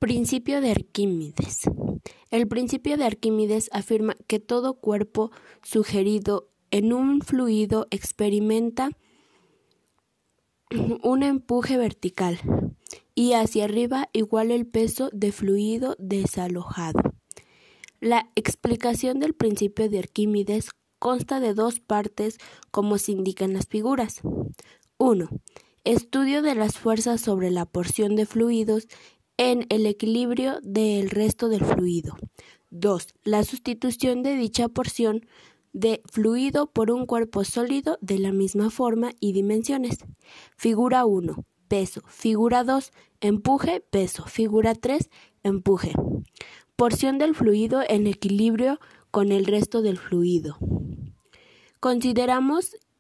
Principio de Arquímedes. El principio de Arquímedes afirma que todo cuerpo sugerido en un fluido experimenta un empuje vertical y hacia arriba igual el peso de fluido desalojado. La explicación del principio de Arquímedes consta de dos partes como se indican las figuras. 1. Estudio de las fuerzas sobre la porción de fluidos en el equilibrio del resto del fluido. 2. La sustitución de dicha porción de fluido por un cuerpo sólido de la misma forma y dimensiones. Figura 1. Peso. Figura 2. Empuje, peso. Figura 3. Empuje. Porción del fluido en equilibrio con el resto del fluido. Consideramos